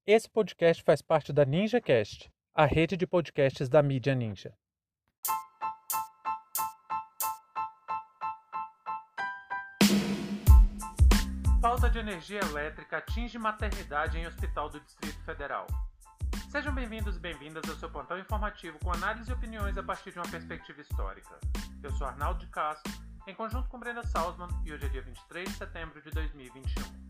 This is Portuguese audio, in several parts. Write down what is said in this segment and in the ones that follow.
Esse podcast faz parte da NinjaCast, a rede de podcasts da mídia Ninja. Falta de energia elétrica atinge maternidade em hospital do Distrito Federal. Sejam bem-vindos e bem-vindas ao seu plantão informativo com análise e opiniões a partir de uma perspectiva histórica. Eu sou Arnaldo de Castro, em conjunto com Brenda Salzman, e hoje é dia 23 de setembro de 2021.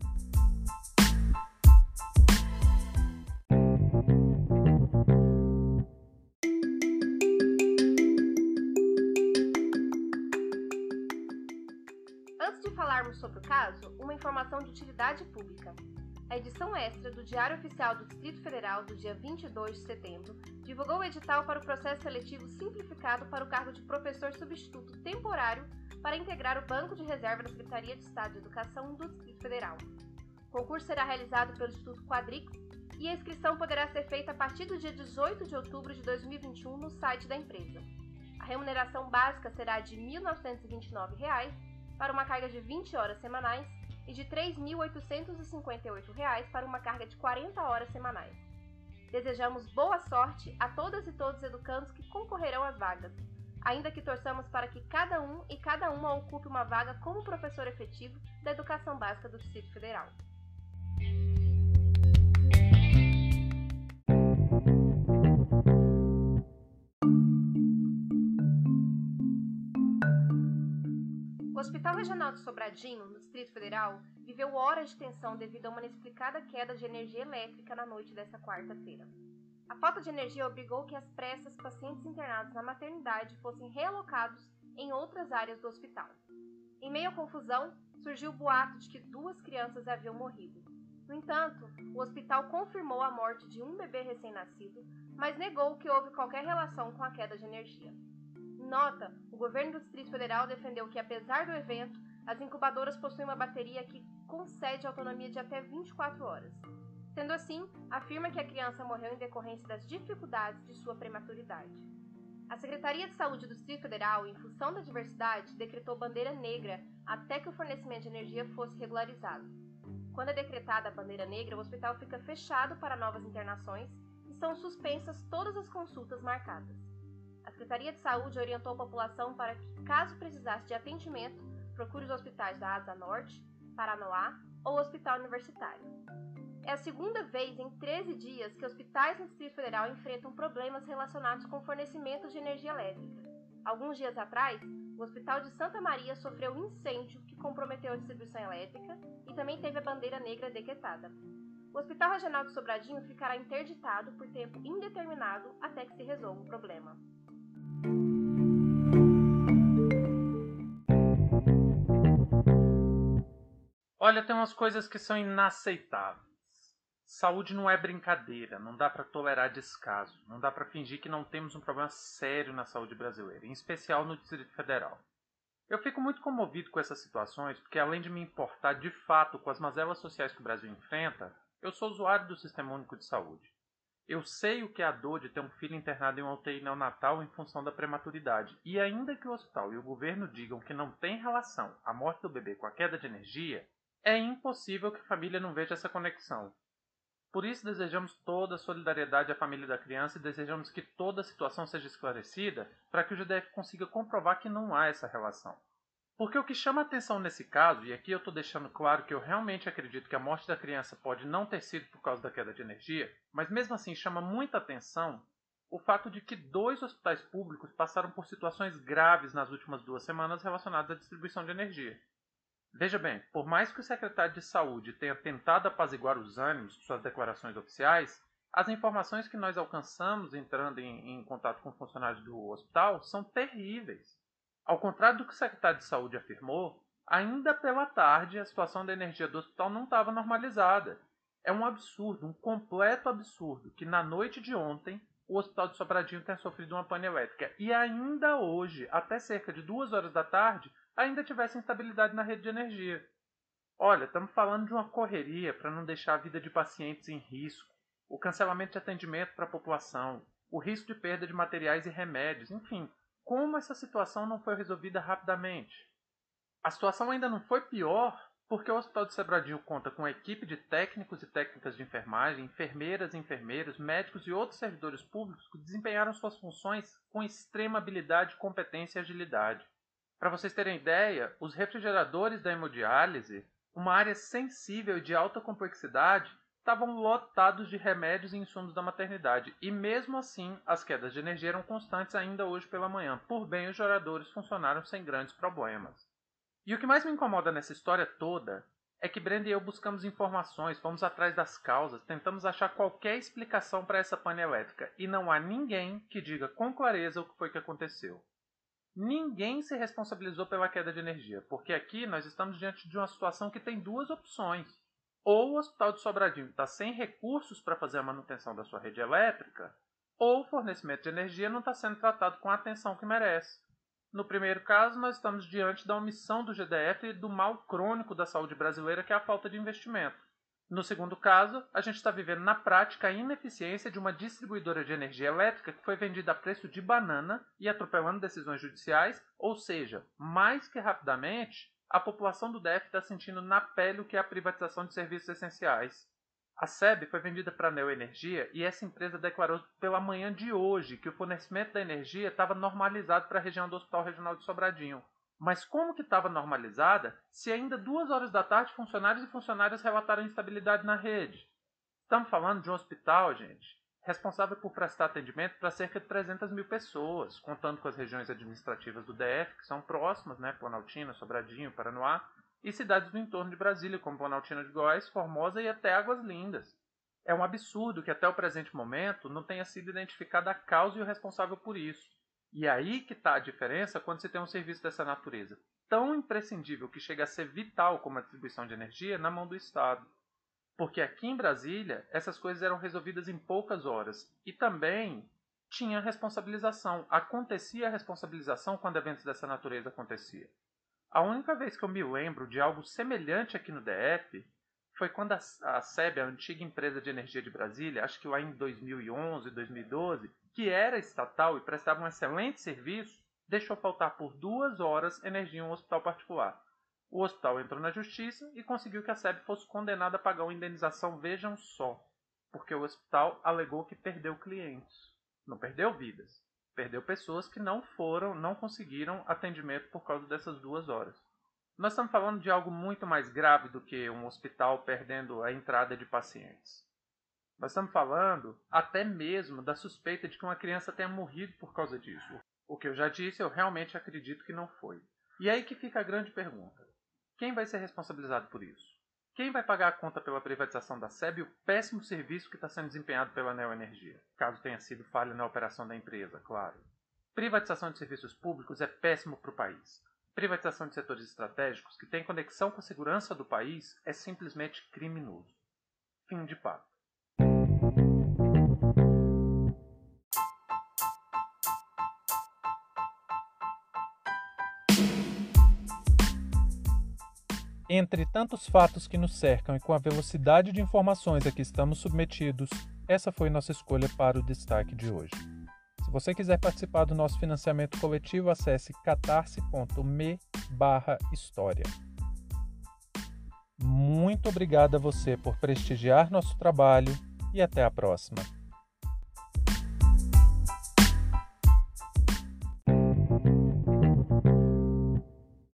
Antes de falarmos sobre o caso, uma informação de utilidade pública. A edição extra do Diário Oficial do Distrito Federal, do dia 22 de setembro, divulgou o edital para o processo seletivo simplificado para o cargo de professor substituto temporário para integrar o Banco de Reserva da Secretaria de Estado de Educação do Distrito Federal. O concurso será realizado pelo Instituto Quadrix e a inscrição poderá ser feita a partir do dia 18 de outubro de 2021 no site da empresa. A remuneração básica será de R$ 1.929 para uma carga de 20 horas semanais e de R$ 3.858 para uma carga de 40 horas semanais. Desejamos boa sorte a todas e todos os educandos que concorrerão às vagas, ainda que torçamos para que cada um e cada uma ocupe uma vaga como professor efetivo da Educação Básica do Distrito Federal. O Hospital Regional de Sobradinho, no Distrito Federal, viveu horas de tensão devido a uma inexplicada queda de energia elétrica na noite desta quarta-feira. A falta de energia obrigou que às pressas pacientes internados na maternidade fossem realocados em outras áreas do hospital. Em meio à confusão, surgiu o boato de que 2 crianças haviam morrido. No entanto, o hospital confirmou a morte de um bebê recém-nascido, mas negou que houve qualquer relação com a queda de energia. Em nota, o governo do Distrito Federal defendeu que, apesar do evento, as incubadoras possuem uma bateria que concede autonomia de até 24 horas. Sendo assim, afirma que a criança morreu em decorrência das dificuldades de sua prematuridade. A Secretaria de Saúde do Distrito Federal, em função da diversidade, decretou bandeira negra até que o fornecimento de energia fosse regularizado. Quando é decretada a bandeira negra, o hospital fica fechado para novas internações e são suspensas todas as consultas marcadas. A Secretaria de Saúde orientou a população para que, caso precisasse de atendimento, procure os hospitais da Asa Norte, Paranoá ou Hospital Universitário. É a segunda vez em 13 dias que hospitais no Distrito Federal enfrentam problemas relacionados com fornecimento de energia elétrica. Alguns dias atrás, o Hospital de Santa Maria sofreu um incêndio que comprometeu a distribuição elétrica e também teve a bandeira negra decretada. O Hospital Regional de Sobradinho ficará interditado por tempo indeterminado até que se resolva o problema. Olha, tem umas coisas que são inaceitáveis. Saúde não é brincadeira, não dá para tolerar descaso, não dá para fingir que não temos um problema sério na saúde brasileira, em especial no Distrito Federal. Eu fico muito comovido com essas situações porque, além de me importar de fato com as mazelas sociais que o Brasil enfrenta, eu sou usuário do Sistema Único de Saúde. Eu sei o que é a dor de ter um filho internado em uma UTI neonatal em função da prematuridade, e ainda que o hospital e o governo digam que não tem relação a morte do bebê com a queda de energia, é impossível que a família não veja essa conexão. Por isso desejamos toda a solidariedade à família da criança e desejamos que toda a situação seja esclarecida para que o GDF consiga comprovar que não há essa relação. Porque o que chama a atenção nesse caso, e aqui eu estou deixando claro que eu realmente acredito que a morte da criança pode não ter sido por causa da queda de energia, mas mesmo assim chama muita atenção o fato de que 2 hospitais públicos passaram por situações graves nas últimas 2 semanas relacionadas à distribuição de energia. Veja bem, por mais que o secretário de Saúde tenha tentado apaziguar os ânimos de suas declarações oficiais, as informações que nós alcançamos entrando em contato com funcionários do hospital são terríveis. Ao contrário do que o secretário de Saúde afirmou, ainda pela tarde a situação da energia do hospital não estava normalizada. É um absurdo, um completo absurdo, que na noite de ontem o Hospital de Sobradinho tenha sofrido uma pane elétrica e ainda hoje, até cerca de 2 horas da tarde, ainda tivesse instabilidade na rede de energia. Olha, estamos falando de uma correria para não deixar a vida de pacientes em risco, o cancelamento de atendimento para a população, o risco de perda de materiais e remédios, enfim. Como essa situação não foi resolvida rapidamente? A situação ainda não foi pior Porque o Hospital de Sobradinho conta com uma equipe de técnicos e técnicas de enfermagem, enfermeiras e enfermeiros, médicos e outros servidores públicos que desempenharam suas funções com extrema habilidade, competência e agilidade. Para vocês terem ideia, os refrigeradores da hemodiálise, uma área sensível e de alta complexidade, estavam lotados de remédios e insumos da maternidade, e mesmo assim as quedas de energia eram constantes ainda hoje pela manhã. Por bem, os geradores funcionaram sem grandes problemas. E o que mais me incomoda nessa história toda é que Brenda e eu buscamos informações, fomos atrás das causas, tentamos achar qualquer explicação para essa pane elétrica, e não há ninguém que diga com clareza o que foi que aconteceu. Ninguém se responsabilizou pela queda de energia, porque aqui nós estamos diante de uma situação que tem duas opções. Ou o Hospital de Sobradinho está sem recursos para fazer a manutenção da sua rede elétrica, ou o fornecimento de energia não está sendo tratado com a atenção que merece. No primeiro caso, nós estamos diante da omissão do GDF e do mal crônico da saúde brasileira, que é a falta de investimento. No segundo caso, a gente está vivendo na prática a ineficiência de uma distribuidora de energia elétrica que foi vendida a preço de banana e atropelando decisões judiciais, ou seja, mais que rapidamente, a população do DF está sentindo na pele o que é a privatização de serviços essenciais. A SEB foi vendida para a Neoenergia e essa empresa declarou pela manhã de hoje que o fornecimento da energia estava normalizado para a região do Hospital Regional de Sobradinho. Mas como que estava normalizada se ainda 2 horas da tarde funcionários e funcionárias relataram instabilidade na rede? Estamos falando de um hospital, gente, responsável por prestar atendimento para cerca de 300 mil pessoas, contando com as regiões administrativas do DF, que são próximas, Planaltina, Sobradinho, Paranoá, e cidades do entorno de Brasília, como Planaltina de Góis, Formosa e até Águas Lindas. É um absurdo que até o presente momento não tenha sido identificada a causa e o responsável por isso. E aí que está a diferença quando se tem um serviço dessa natureza, tão imprescindível que chega a ser vital como a distribuição de energia, na mão do Estado. Porque aqui em Brasília, essas coisas eram resolvidas em poucas horas. E também tinha responsabilização. Acontecia a responsabilização quando eventos dessa natureza aconteciam. A única vez que eu me lembro de algo semelhante aqui no DF foi quando a SEB, a antiga empresa de energia de Brasília, acho que lá em 2011, 2012, que era estatal e prestava um excelente serviço, deixou faltar por 2 horas energia em um hospital particular. O hospital entrou na justiça e conseguiu que a SEB fosse condenada a pagar uma indenização, vejam só, porque o hospital alegou que perdeu clientes. Não perdeu vidas. Perdeu pessoas que não conseguiram atendimento por causa dessas 2 horas. Nós estamos falando de algo muito mais grave do que um hospital perdendo a entrada de pacientes. Nós estamos falando até mesmo da suspeita de que uma criança tenha morrido por causa disso. O que eu já disse, eu realmente acredito que não foi. E aí que fica a grande pergunta. Quem vai ser responsabilizado por isso? Quem vai pagar a conta pela privatização da SEB e o péssimo serviço que está sendo desempenhado pela Neoenergia? Caso tenha sido falha na operação da empresa, claro. Privatização de serviços públicos é péssimo para o país. Privatização de setores estratégicos que têm conexão com a segurança do país é simplesmente criminoso. Fim de papo. Entre tantos fatos que nos cercam e com a velocidade de informações a que estamos submetidos, essa foi nossa escolha para o destaque de hoje. Se você quiser participar do nosso financiamento coletivo, acesse catarse.me/história. Muito obrigado a você por prestigiar nosso trabalho e até a próxima.